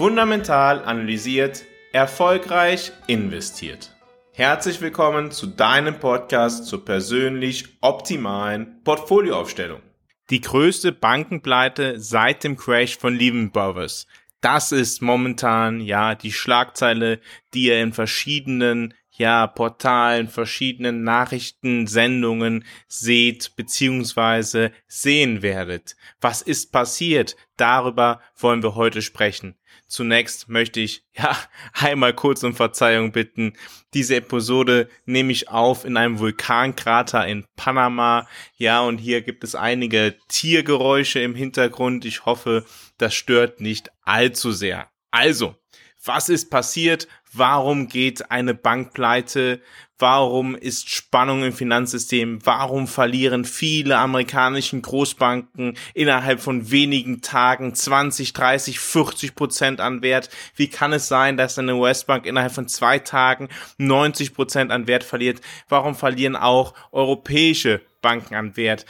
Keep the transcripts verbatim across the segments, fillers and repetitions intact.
Fundamental analysiert, erfolgreich investiert. Herzlich willkommen zu deinem Podcast zur persönlich optimalen Portfolioaufstellung. Die größte Bankenpleite seit dem Crash von Lehman Brothers. Das ist momentan ja die Schlagzeile, die ihr in verschiedenen ja Portalen, verschiedenen Nachrichtensendungen seht bzw. sehen werdet. Was ist passiert? Darüber wollen wir heute sprechen. Zunächst möchte ich ja einmal kurz um Verzeihung bitten. Diese Episode nehme ich auf in einem Vulkankrater in Panama. Ja, und hier gibt es einige Tiergeräusche im Hintergrund. Ich hoffe, das stört nicht allzu sehr. Also, was ist passiert? Warum geht eine Bank pleite? Warum ist Spannung im Finanzsystem? Warum verlieren viele amerikanische Großbanken innerhalb von wenigen Tagen zwanzig, dreißig, vierzig Prozent an Wert? Wie kann es sein, dass eine U S-Bank innerhalb von zwei Tagen neunzig Prozent an Wert verliert? Warum verlieren auch europäische Banken an Wert?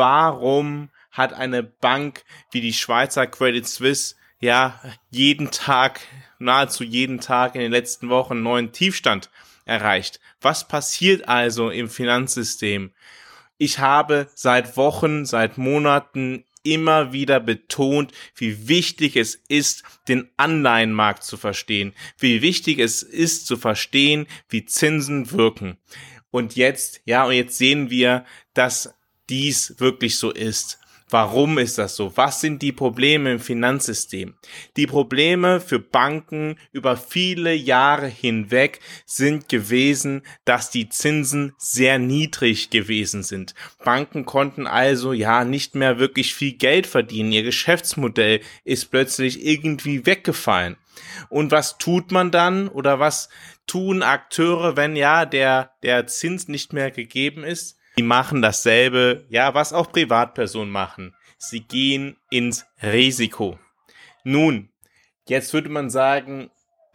Warum hat eine Bank wie die Schweizer Credit Suisse ja jeden Tag, nahezu jeden Tag in den letzten Wochen einen neuen Tiefstand erreicht? Was passiert also im Finanzsystem? Ich habe seit Wochen, seit Monaten immer wieder betont, wie wichtig es ist, den Anleihenmarkt zu verstehen, wie wichtig es ist zu verstehen, wie Zinsen wirken. Und jetzt, ja, und jetzt sehen wir, dass dies wirklich so ist. Warum ist das so? Was sind die Probleme im Finanzsystem? Die Probleme für Banken über viele Jahre hinweg sind gewesen, dass die Zinsen sehr niedrig gewesen sind. Banken konnten also ja nicht mehr wirklich viel Geld verdienen. Ihr Geschäftsmodell ist plötzlich irgendwie weggefallen. Und was tut man dann oder was tun Akteure, wenn ja der, der Zins nicht mehr gegeben ist? Die machen dasselbe, ja, was auch Privatpersonen machen. Sie gehen ins Risiko. Nun, jetzt würde man sagen,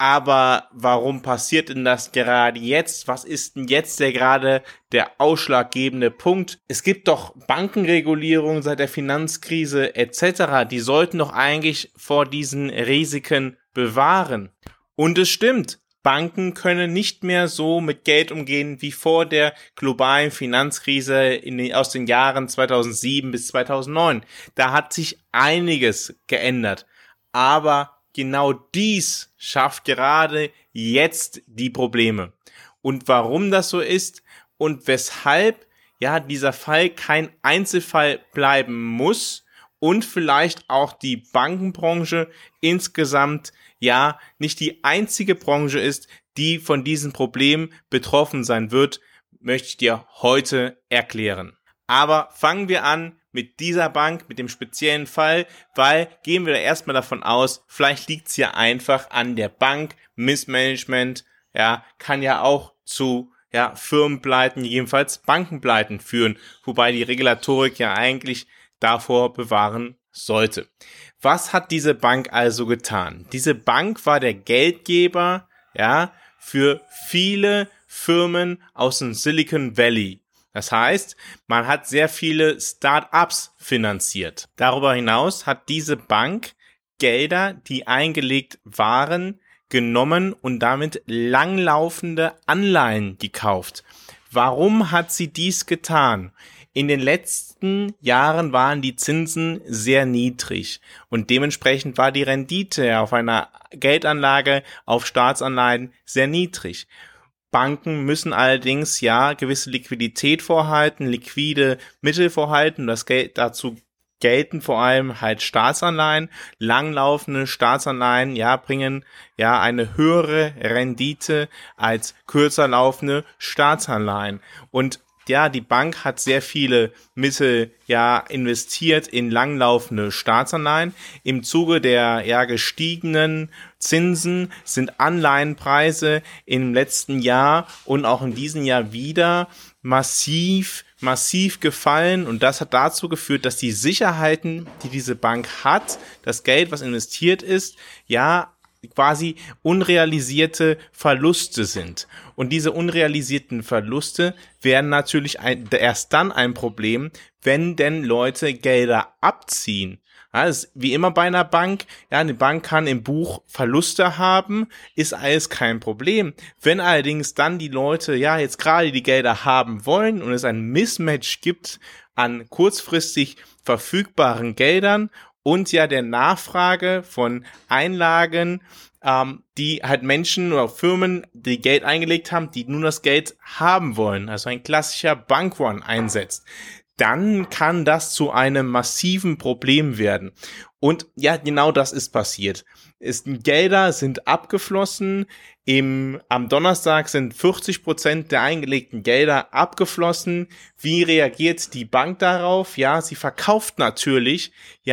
aber warum passiert denn das gerade jetzt? Was ist denn jetzt der gerade der ausschlaggebende Punkt? Es gibt doch Bankenregulierung seit der Finanzkrise et cetera. Die sollten doch eigentlich vor diesen Risiken bewahren. Und es stimmt. Banken können nicht mehr so mit Geld umgehen wie vor der globalen Finanzkrise in den, aus den Jahren zweitausendsieben bis zweitausendneun. Da hat sich einiges geändert. Aber genau dies schafft gerade jetzt die Probleme. Und warum das so ist und weshalb ja dieser Fall kein Einzelfall bleiben muss und vielleicht auch die Bankenbranche insgesamt ja nicht die einzige Branche ist, die von diesem Problem betroffen sein wird, möchte ich dir heute erklären. Aber fangen wir an mit dieser Bank, mit dem speziellen Fall, weil gehen wir da erstmal davon aus, vielleicht liegt es ja einfach an der Bank, Missmanagement, ja, kann ja auch zu ja Firmenpleiten, jedenfalls Bankenpleiten führen, wobei die Regulatorik ja eigentlich davor bewahren sollte. Was hat diese Bank also getan? Diese Bank war der Geldgeber, ja, für viele Firmen aus dem Silicon Valley. Das heißt, man hat sehr viele Start-ups finanziert. Darüber hinaus hat diese Bank Gelder, die eingelegt waren, genommen und damit langlaufende Anleihen gekauft. Warum hat sie dies getan? In den letzten Jahren waren die Zinsen sehr niedrig und dementsprechend war die Rendite auf einer Geldanlage auf Staatsanleihen sehr niedrig. Banken müssen allerdings ja gewisse Liquidität vorhalten, liquide Mittel vorhalten. Das Geld dazu gelten vor allem halt Staatsanleihen. Langlaufende Staatsanleihen ja bringen ja eine höhere Rendite als kürzer laufende Staatsanleihen. Und ja, die Bank hat sehr viele Mittel ja investiert in langlaufende Staatsanleihen. Im Zuge der ja gestiegenen Zinsen sind Anleihenpreise im letzten Jahr und auch in diesem Jahr wieder massiv, massiv gefallen. Und das hat dazu geführt, dass die Sicherheiten, die diese Bank hat, das Geld, was investiert ist, ja quasi unrealisierte Verluste sind. Und diese unrealisierten Verluste werden natürlich ein, erst dann ein Problem, wenn denn Leute Gelder abziehen. Ja, das ist wie immer bei einer Bank. Ja, eine Bank kann im Buch Verluste haben, ist alles kein Problem. Wenn allerdings dann die Leute ja jetzt gerade die Gelder haben wollen und es ein Mismatch gibt an kurzfristig verfügbaren Geldern und ja der Nachfrage von Einlagen, ähm, die halt Menschen oder Firmen, die Geld eingelegt haben, die nun das Geld haben wollen, also ein klassischer Bankrun einsetzt, dann kann das zu einem massiven Problem werden. Und ja, genau das ist passiert. Es, Gelder sind abgeflossen. Im, am Donnerstag sind vierzig Prozent der eingelegten Gelder abgeflossen. Wie reagiert die Bank darauf? Ja, sie verkauft natürlich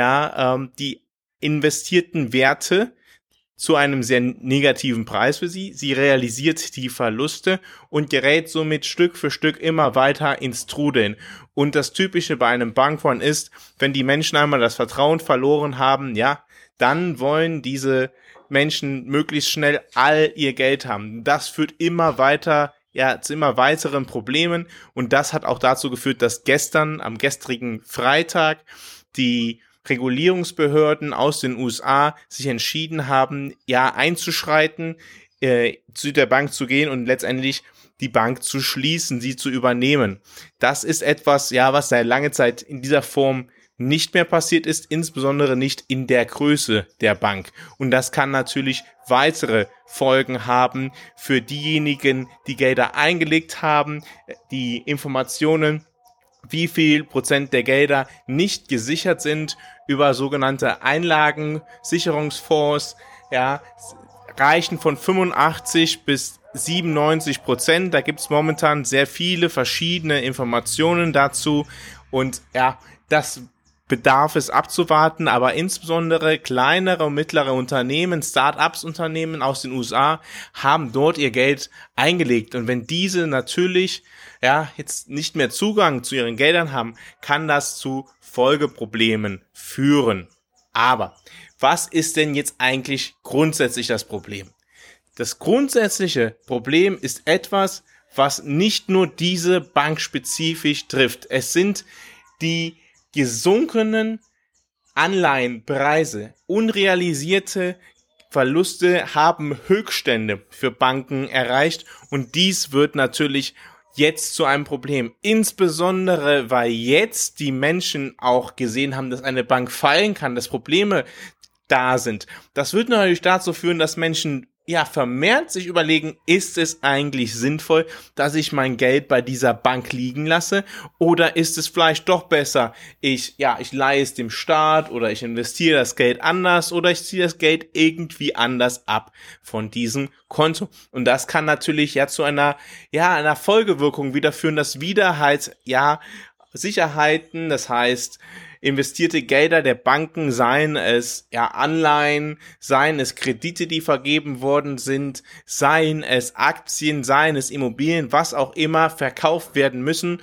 ja ähm, die investierten Werte zu einem sehr negativen Preis für sie. Sie realisiert die Verluste und gerät somit Stück für Stück immer weiter ins Trudeln. Und das Typische bei einem Bankrun ist, wenn die Menschen einmal das Vertrauen verloren haben, ja, dann wollen diese Menschen möglichst schnell all ihr Geld haben. Das führt immer weiter, ja, zu immer weiteren Problemen. Und das hat auch dazu geführt, dass gestern, am gestrigen Freitag, die Regulierungsbehörden aus den U S A sich entschieden haben, ja, einzuschreiten, äh, zu der Bank zu gehen und letztendlich die Bank zu schließen, sie zu übernehmen. Das ist etwas, ja, was seit langer Zeit in dieser Form nicht mehr passiert ist, insbesondere nicht in der Größe der Bank. Und das kann natürlich weitere Folgen haben für diejenigen, die Gelder eingelegt haben, die Informationen, wie viel Prozent der Gelder nicht gesichert sind über sogenannte Einlagensicherungsfonds, ja, reichen von fünfundachtzig bis siebenundneunzig Prozent. Da gibt's momentan sehr viele verschiedene Informationen dazu und ja, das bedarf es abzuwarten, aber insbesondere kleinere und mittlere Unternehmen, Start-ups-Unternehmen aus den U S A haben dort ihr Geld eingelegt und wenn diese natürlich ja jetzt nicht mehr Zugang zu ihren Geldern haben, kann das zu Folgeproblemen führen. Aber was ist denn jetzt eigentlich grundsätzlich das Problem? Das grundsätzliche Problem ist etwas, was nicht nur diese Bank spezifisch trifft. Es sind die gesunkenen Anleihenpreise, unrealisierte Verluste haben Höchststände für Banken erreicht und dies wird natürlich jetzt zu einem Problem. Insbesondere, weil jetzt die Menschen auch gesehen haben, dass eine Bank fallen kann, dass Probleme da sind. Das wird natürlich dazu führen, dass Menschen ja vermehrt sich überlegen, ist es eigentlich sinnvoll, dass ich mein Geld bei dieser Bank liegen lasse oder ist es vielleicht doch besser, ich ja, ich leihe es dem Staat oder ich investiere das Geld anders oder ich ziehe das Geld irgendwie anders ab von diesem Konto. Und das kann natürlich ja zu einer ja, einer Folgewirkung wieder führen, dass wieder halt ja Sicherheiten, das heißt investierte Gelder der Banken, seien es ja Anleihen, seien es Kredite, die vergeben worden sind, seien es Aktien, seien es Immobilien, was auch immer, verkauft werden müssen,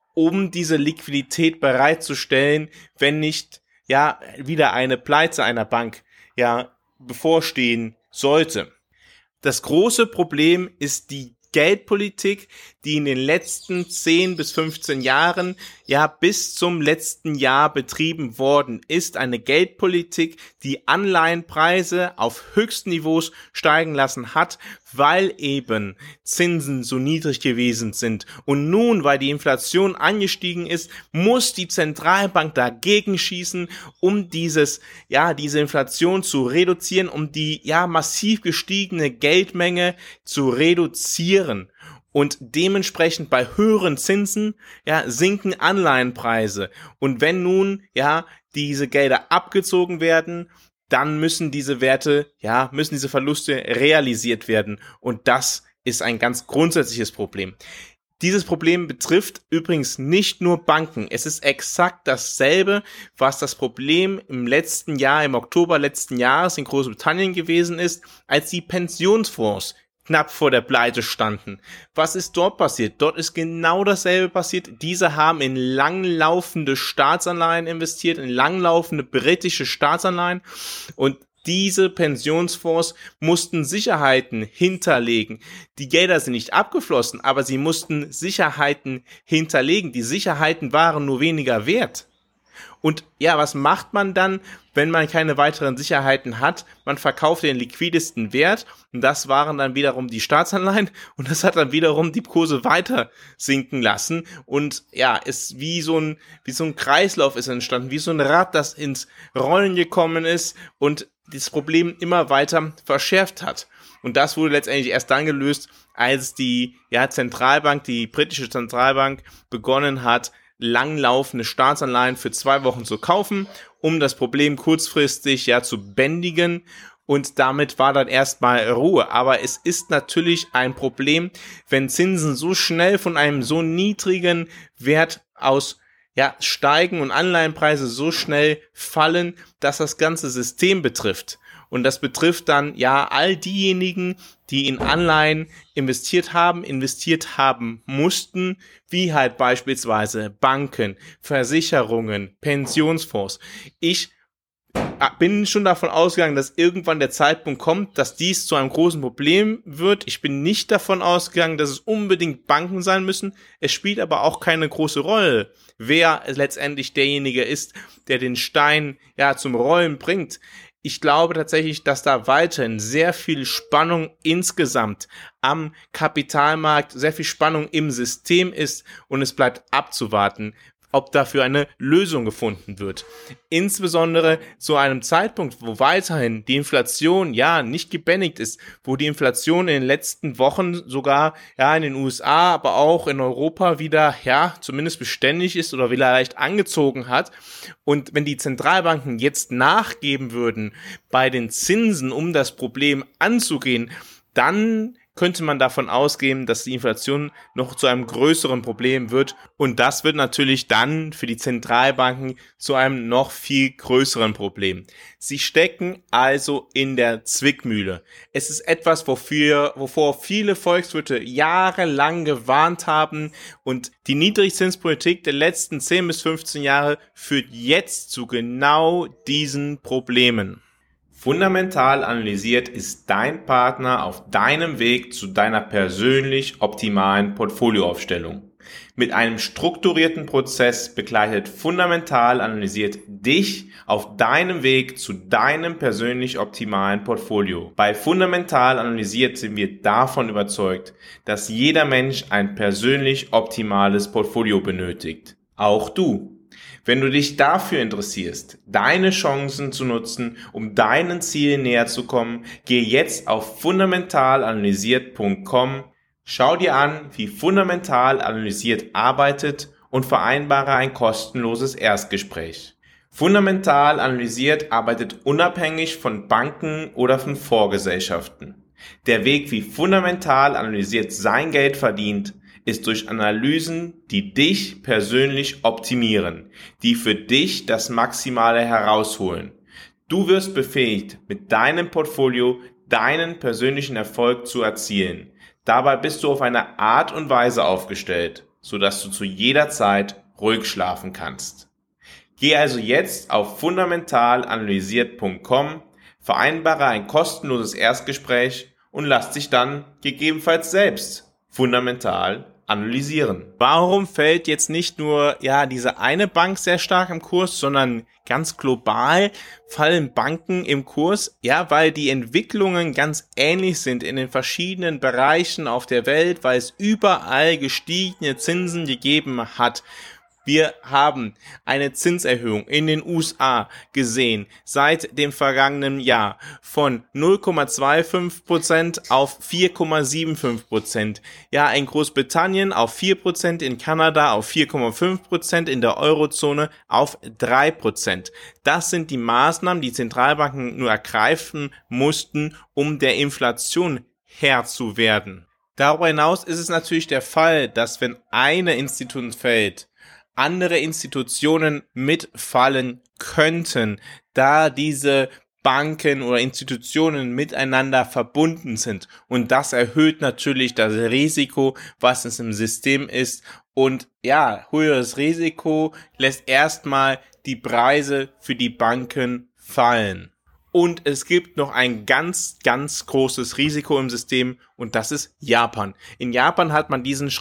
um diese Liquidität bereitzustellen, wenn nicht ja wieder eine Pleite einer Bank ja bevorstehen sollte. Das große Problem ist die Geldpolitik, die in den letzten zehn bis fünfzehn Jahren, ja bis zum letzten Jahr betrieben worden ist. Eine Geldpolitik, die Anleihenpreise auf höchsten Niveaus steigen lassen hat, weil eben Zinsen so niedrig gewesen sind. Und nun, weil die Inflation angestiegen ist, muss die Zentralbank dagegen schießen, um dieses, ja, diese Inflation zu reduzieren, um die, ja, massiv gestiegene Geldmenge zu reduzieren. Und dementsprechend bei höheren Zinsen, ja, sinken Anleihenpreise. Und wenn nun, ja, diese Gelder abgezogen werden, dann müssen diese Werte, ja, müssen diese Verluste realisiert werden. Und das ist ein ganz grundsätzliches Problem. Dieses Problem betrifft übrigens nicht nur Banken. Es ist exakt dasselbe, was das Problem im letzten Jahr, im Oktober letzten Jahres in Großbritannien gewesen ist, als die Pensionsfonds knapp vor der Pleite standen. Was ist dort passiert? Dort ist genau dasselbe passiert. Diese haben in langlaufende Staatsanleihen investiert, in langlaufende britische Staatsanleihen und diese Pensionsfonds mussten Sicherheiten hinterlegen. Die Gelder sind nicht abgeflossen, aber sie mussten Sicherheiten hinterlegen. Die Sicherheiten waren nur weniger wert. Und ja, was macht man dann, wenn man keine weiteren Sicherheiten hat? Man verkauft den liquidesten Wert und das waren dann wiederum die Staatsanleihen und das hat dann wiederum die Kurse weiter sinken lassen und ja, ist wie so ein, wie so ein Kreislauf ist entstanden, wie so ein Rad, das ins Rollen gekommen ist und das Problem immer weiter verschärft hat. Und das wurde letztendlich erst dann gelöst, als die ja, Zentralbank, die britische Zentralbank begonnen hat, langlaufende Staatsanleihen für zwei Wochen zu kaufen, um das Problem kurzfristig ja zu bändigen. Und damit war dann erstmal Ruhe. Aber es ist natürlich ein Problem, wenn Zinsen so schnell von einem so niedrigen Wert aus ja, steigen und Anleihenpreise so schnell fallen, dass das ganze System betrifft. Und das betrifft dann ja all diejenigen, die in Anleihen investiert haben, investiert haben mussten, wie halt beispielsweise Banken, Versicherungen, Pensionsfonds. Ich bin schon davon ausgegangen, dass irgendwann der Zeitpunkt kommt, dass dies zu einem großen Problem wird. Ich bin nicht davon ausgegangen, dass es unbedingt Banken sein müssen. Es spielt aber auch keine große Rolle, wer letztendlich derjenige ist, der den Stein ja zum Rollen bringt. Ich glaube tatsächlich, dass da weiterhin sehr viel Spannung insgesamt am Kapitalmarkt, sehr viel Spannung im System ist und es bleibt abzuwarten, ob dafür eine Lösung gefunden wird. Insbesondere zu einem Zeitpunkt, wo weiterhin die Inflation ja nicht gebändigt ist, wo die Inflation in den letzten Wochen sogar ja in den U S A, aber auch in Europa wieder ja zumindest beständig ist oder wieder leicht angezogen hat. Und wenn die Zentralbanken jetzt nachgeben würden bei den Zinsen, um das Problem anzugehen, dann könnte man davon ausgehen, dass die Inflation noch zu einem größeren Problem wird und das wird natürlich dann für die Zentralbanken zu einem noch viel größeren Problem. Sie stecken also in der Zwickmühle. Es ist etwas, wofür, wovor viele Volkswirte jahrelang gewarnt haben und die Niedrigzinspolitik der letzten zehn bis fünfzehn Jahre führt jetzt zu genau diesen Problemen. Fundamental analysiert ist dein Partner auf deinem Weg zu deiner persönlich optimalen Portfolioaufstellung. Mit einem strukturierten Prozess begleitet Fundamental analysiert dich auf deinem Weg zu deinem persönlich optimalen Portfolio. Bei Fundamental analysiert sind wir davon überzeugt, dass jeder Mensch ein persönlich optimales Portfolio benötigt. Auch du. Wenn du dich dafür interessierst, deine Chancen zu nutzen, um deinen Zielen näher zu kommen, geh jetzt auf fundamental analysiert punkt com, schau dir an, wie Fundamental Analysiert arbeitet und vereinbare ein kostenloses Erstgespräch. Fundamental Analysiert arbeitet unabhängig von Banken oder von Vorgesellschaften. Der Weg, wie Fundamental Analysiert sein Geld verdient, ist durch Analysen, die dich persönlich optimieren, die für dich das Maximale herausholen. Du wirst befähigt, mit deinem Portfolio deinen persönlichen Erfolg zu erzielen. Dabei bist du auf eine Art und Weise aufgestellt, sodass du zu jeder Zeit ruhig schlafen kannst. Geh also jetzt auf fundamental analysiert punkt com, vereinbare ein kostenloses Erstgespräch und lass dich dann gegebenenfalls selbst fundamental analysieren. Warum fällt jetzt nicht nur ja diese eine Bank sehr stark im Kurs, sondern ganz global fallen Banken im Kurs? Ja, weil die Entwicklungen ganz ähnlich sind in den verschiedenen Bereichen auf der Welt, weil es überall gestiegene Zinsen gegeben hat. Wir haben eine Zinserhöhung in den U S A gesehen seit dem vergangenen Jahr von null Komma fünfundzwanzig Prozent auf vier Komma fünfundsiebzig Prozent. Ja, in Großbritannien auf vier Prozent, in Kanada auf vier Komma fünf Prozent, in der Eurozone auf drei Prozent. Das sind die Maßnahmen, die Zentralbanken nur ergreifen mussten, um der Inflation Herr zu werden. Darüber hinaus ist es natürlich der Fall, dass wenn eine Institution fällt, andere Institutionen mitfallen könnten, da diese Banken oder Institutionen miteinander verbunden sind. Und das erhöht natürlich das Risiko, was es im System ist. Und ja, höheres Risiko lässt erstmal die Preise für die Banken fallen. Und es gibt noch ein ganz, ganz großes Risiko im System und das ist Japan. In Japan hat man diesen Schritt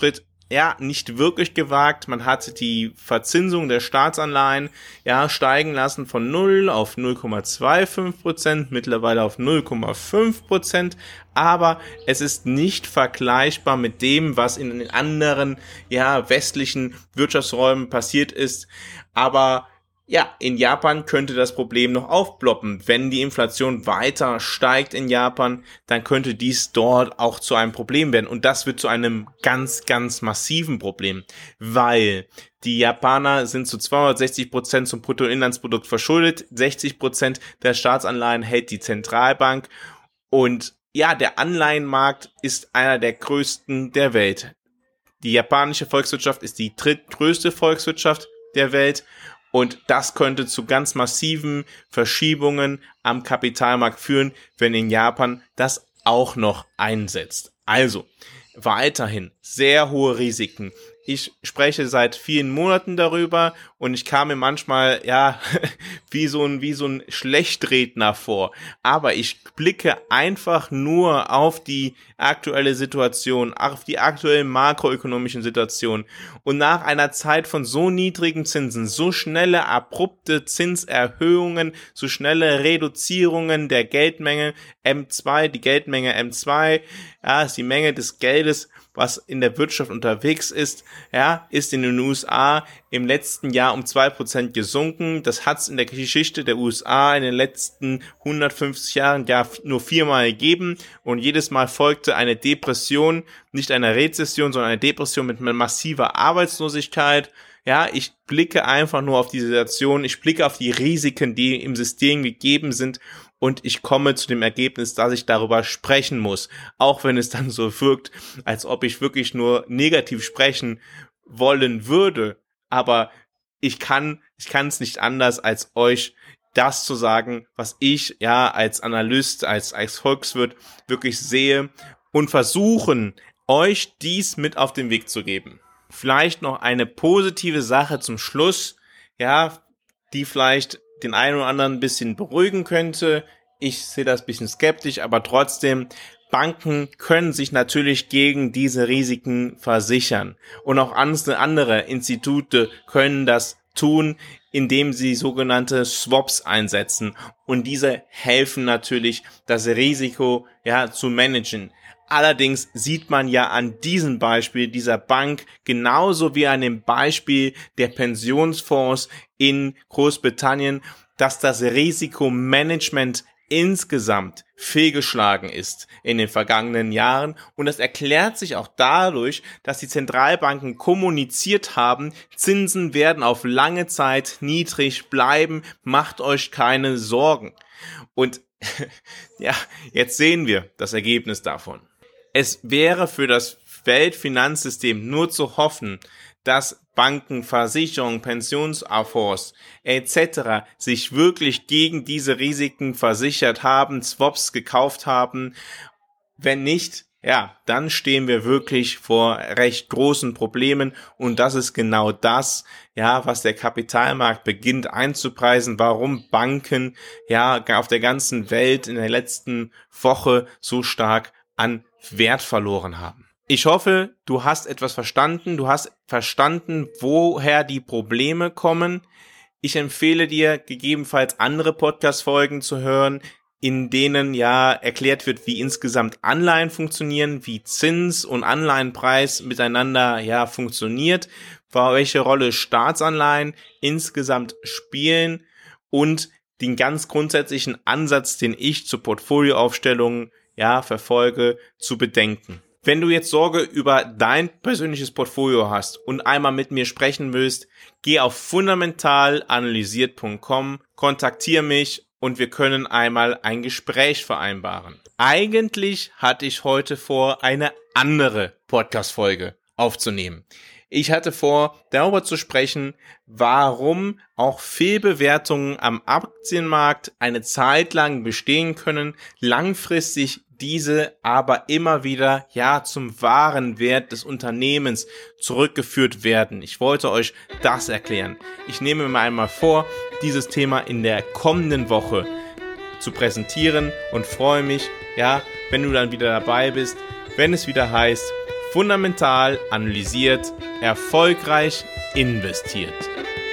ja, nicht wirklich gewagt. Man hat die Verzinsung der Staatsanleihen, ja, steigen lassen von null auf null Komma fünfundzwanzig Prozent, mittlerweile auf null Komma fünf Prozent. Aber es ist nicht vergleichbar mit dem, was in den anderen, ja, westlichen Wirtschaftsräumen passiert ist. Aber ja, in Japan könnte das Problem noch aufploppen. Wenn die Inflation weiter steigt in Japan, dann könnte dies dort auch zu einem Problem werden. Und das wird zu einem ganz, ganz massiven Problem, weil die Japaner sind zu zweihundertsechzig Prozent zum Bruttoinlandsprodukt verschuldet. sechzig Prozent der Staatsanleihen hält die Zentralbank. Und ja, der Anleihenmarkt ist einer der größten der Welt. Die japanische Volkswirtschaft ist die drittgrößte Volkswirtschaft der Welt. Und das könnte zu ganz massiven Verschiebungen am Kapitalmarkt führen, wenn in Japan das auch noch einsetzt. Also weiterhin sehr hohe Risiken. Ich spreche seit vielen Monaten darüber und ich kam mir manchmal, ja, wie so ein, wie so ein Schlechtredner vor. Aber ich blicke einfach nur auf die aktuelle Situation, auf die aktuellen makroökonomischen Situationen. Und nach einer Zeit von so niedrigen Zinsen, so schnelle, abrupte Zinserhöhungen, so schnelle Reduzierungen der Geldmenge M zwei, die Geldmenge M zwei, ja, ist die Menge des Geldes, was in der Wirtschaft unterwegs ist, ja, ist in den U S A im letzten Jahr um zwei Prozent gesunken. Das hat es in der Geschichte der U S A in den letzten hundertfünfzig Jahren ja nur viermal gegeben und jedes Mal folgte eine Depression, nicht eine Rezession, sondern eine Depression mit massiver Arbeitslosigkeit. Ja, ich blicke einfach nur auf die Situation, ich blicke auf die Risiken, die im System gegeben sind und ich komme zu dem Ergebnis, dass ich darüber sprechen muss, auch wenn es dann so wirkt, als ob ich wirklich nur negativ sprechen wollen würde, aber ich kann, ich kann es nicht anders, als euch das zu sagen, was ich ja als Analyst, als, als Volkswirt wirklich sehe und versuchen, euch dies mit auf den Weg zu geben. Vielleicht noch eine positive Sache zum Schluss, ja, die vielleicht den einen oder anderen ein bisschen beruhigen könnte. Ich sehe das ein bisschen skeptisch, aber trotzdem, Banken können sich natürlich gegen diese Risiken versichern. Und auch andere Institute können das tun, indem sie sogenannte Swaps einsetzen. Und diese helfen natürlich, das Risiko ja zu managen. Allerdings sieht man ja an diesem Beispiel dieser Bank genauso wie an dem Beispiel der Pensionsfonds in Großbritannien, dass das Risikomanagement insgesamt fehlgeschlagen ist in den vergangenen Jahren. Und das erklärt sich auch dadurch, dass die Zentralbanken kommuniziert haben, Zinsen werden auf lange Zeit niedrig bleiben, macht euch keine Sorgen. Und ja, jetzt sehen wir das Ergebnis davon. Es wäre für das Weltfinanzsystem nur zu hoffen, dass Banken, Versicherungen, Pensionsfonds et cetera sich wirklich gegen diese Risiken versichert haben, Swaps gekauft haben. Wenn nicht, ja, dann stehen wir wirklich vor recht großen Problemen und das ist genau das, ja, was der Kapitalmarkt beginnt einzupreisen, warum Banken ja auf der ganzen Welt in der letzten Woche so stark an Wert verloren haben. Ich hoffe, du hast etwas verstanden, du hast verstanden, woher die Probleme kommen. Ich empfehle dir gegebenenfalls andere Podcast-Folgen zu hören, in denen ja erklärt wird, wie insgesamt Anleihen funktionieren, wie Zins und Anleihenpreis miteinander ja funktioniert, welche Rolle Staatsanleihen insgesamt spielen und den ganz grundsätzlichen Ansatz, den ich zur Portfolioaufstellung ja verfolge, zu bedenken. Wenn du jetzt Sorge über dein persönliches Portfolio hast und einmal mit mir sprechen willst, geh auf fundamental analysiert punkt com, kontaktiere mich und wir können einmal ein Gespräch vereinbaren. Eigentlich hatte ich heute vor, eine andere Podcast-Folge aufzunehmen. Ich hatte vor, darüber zu sprechen, warum auch Fehlbewertungen am Aktienmarkt eine Zeit lang bestehen können, langfristig diese aber immer wieder ja zum wahren Wert des Unternehmens zurückgeführt werden. Ich wollte euch das erklären. Ich nehme mir einmal vor, dieses Thema in der kommenden Woche zu präsentieren und freue mich, ja, wenn du dann wieder dabei bist, wenn es wieder heißt Fundamental analysiert, erfolgreich investiert.